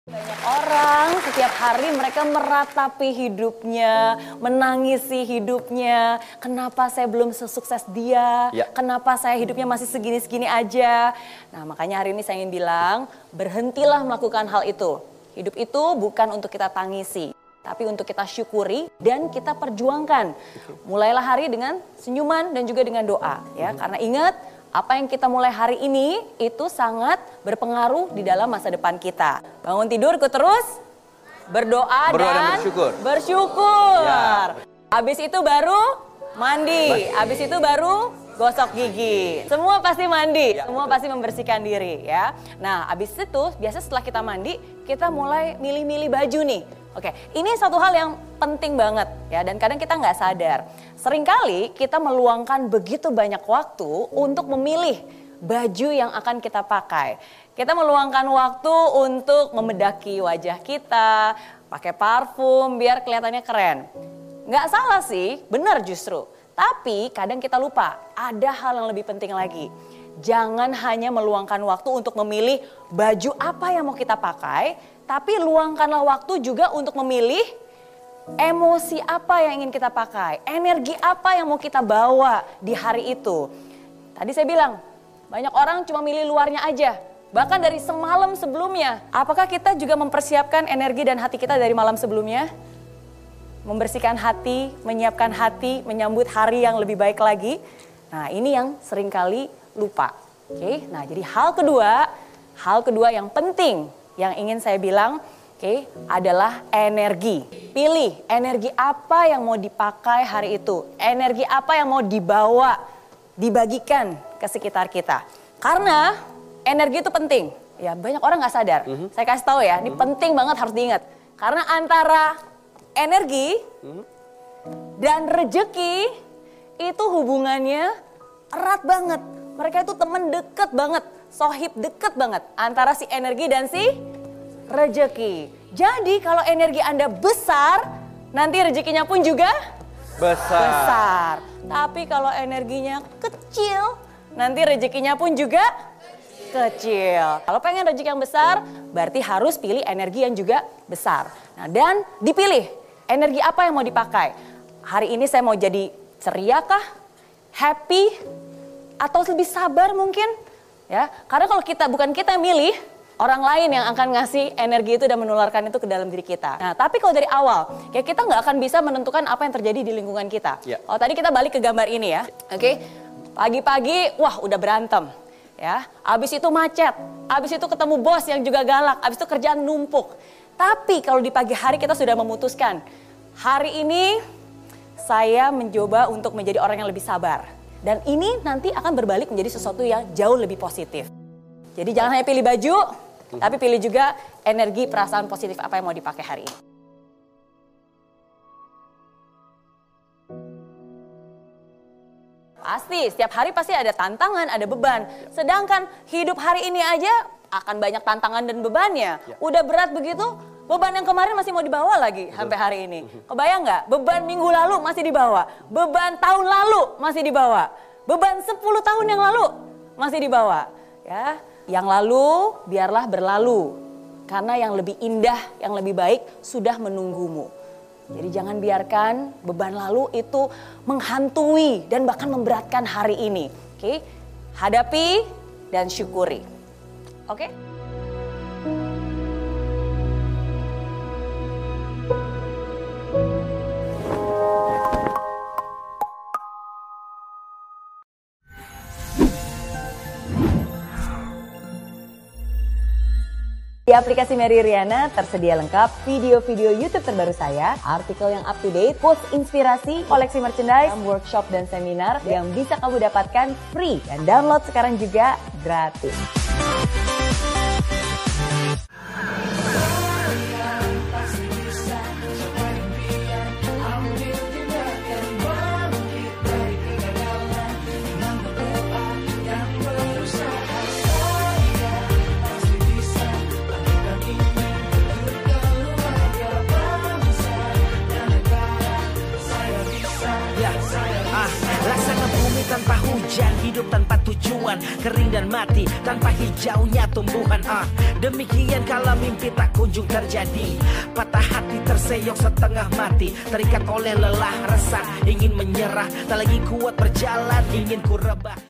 Banyak orang setiap hari mereka meratapi hidupnya, menangisi hidupnya. Kenapa saya belum sesukses dia? Ya. Kenapa saya hidupnya masih segini-segini aja? Nah, makanya hari ini saya ingin bilang, berhentilah melakukan hal itu. Hidup itu bukan untuk kita tangisi, tapi untuk kita syukuri dan kita perjuangkan. Mulailah hari dengan senyuman dan juga dengan doa, ya. Karena ingat, apa yang kita mulai hari ini itu sangat berpengaruh di dalam masa depan kita. Bangun tidur terus berdoa dan bersyukur. Ya. Habis itu baru mandi, habis itu baru gosok gigi. Semua pasti mandi, ya, semua pasti membersihkan diri, ya. Nah, habis itu biasa setelah kita mandi, kita mulai milih-milih baju nih. Oke, ini satu hal yang penting banget, ya, dan kadang kita nggak sadar. Seringkali kita meluangkan begitu banyak waktu untuk memilih baju yang akan kita pakai. Kita meluangkan waktu untuk memedaki wajah kita, pakai parfum biar kelihatannya keren. Nggak salah sih, benar justru. Tapi kadang kita lupa, ada hal yang lebih penting lagi. Jangan hanya meluangkan waktu untuk memilih baju apa yang mau kita pakai, tapi luangkanlah waktu juga untuk memilih emosi apa yang ingin kita pakai, energi apa yang mau kita bawa di hari itu. Tadi saya bilang, banyak orang cuma milih luarnya aja, bahkan dari semalam sebelumnya. Apakah kita juga mempersiapkan energi dan hati kita dari malam sebelumnya? Membersihkan hati, menyiapkan hati, menyambut hari yang lebih baik lagi. Nah, ini yang seringkali lupa. Oke, nah jadi hal kedua yang penting yang ingin saya bilang, adalah energi. Pilih energi apa yang mau dipakai hari itu. Energi apa yang mau dibawa, dibagikan ke sekitar kita. Karena energi itu penting. Ya, banyak orang nggak sadar. Saya kasih tahu ya, ini penting banget, harus diingat. Karena antara energi dan rejeki itu hubungannya erat banget. Mereka itu teman deket banget, sohib deket banget antara si energi dan si rejeki. Jadi kalau energi Anda besar, nanti rezekinya pun juga besar. Tapi kalau energinya kecil, nanti rezekinya pun juga kecil. Kalau pengen rezeki yang besar, berarti harus pilih energi yang juga besar. Nah, dan dipilih energi apa yang mau dipakai. Hari ini saya mau jadi ceria kah? Happy? Atau lebih sabar mungkin? Ya, karena kalau bukan kita yang milih, orang lain yang akan ngasih energi itu dan menularkan itu ke dalam diri kita. Nah, tapi kalau dari awal, ya kita nggak akan bisa menentukan apa yang terjadi di lingkungan kita. Yeah. Oh, tadi kita balik ke gambar ini ya. Oke. Pagi-pagi, wah udah berantem. Ya, abis itu macet, abis itu ketemu bos yang juga galak, abis itu kerjaan numpuk. Tapi kalau di pagi hari kita sudah memutuskan, hari ini saya mencoba untuk menjadi orang yang lebih sabar. Dan ini nanti akan berbalik menjadi sesuatu yang jauh lebih positif. Jadi jangan hanya pilih baju, tapi pilih juga energi perasaan positif apa yang mau dipakai hari ini. Pasti, setiap hari pasti ada tantangan, ada beban. Sedangkan hidup hari ini aja akan banyak tantangan dan bebannya. Udah berat begitu, beban yang kemarin masih mau dibawa lagi sampai hari ini. Kebayang nggak? Beban minggu lalu masih dibawa. Beban tahun lalu masih dibawa. Beban 10 tahun yang lalu masih dibawa. Ya, yang lalu biarlah berlalu. Karena yang lebih indah, yang lebih baik sudah menunggumu. Jadi jangan biarkan beban lalu itu menghantui dan bahkan memberatkan hari ini. Oke? Hadapi dan syukuri. Oke? Di aplikasi Mary Riana tersedia lengkap video-video YouTube terbaru saya, artikel yang up to date, quotes inspirasi, koleksi merchandise, workshop dan seminar yang bisa kamu dapatkan free dan download sekarang juga gratis. Rasakan bumi tanpa hujan, hidup tanpa tujuan. tujuan, kering dan mati tanpa hijaunya tumbuhan. Demikian kalau mimpi tak kunjung terjadi, patah hati terseok setengah mati, terikat oleh lelah resah, ingin menyerah, tak lagi kuat berjalan, ingin ku rebah.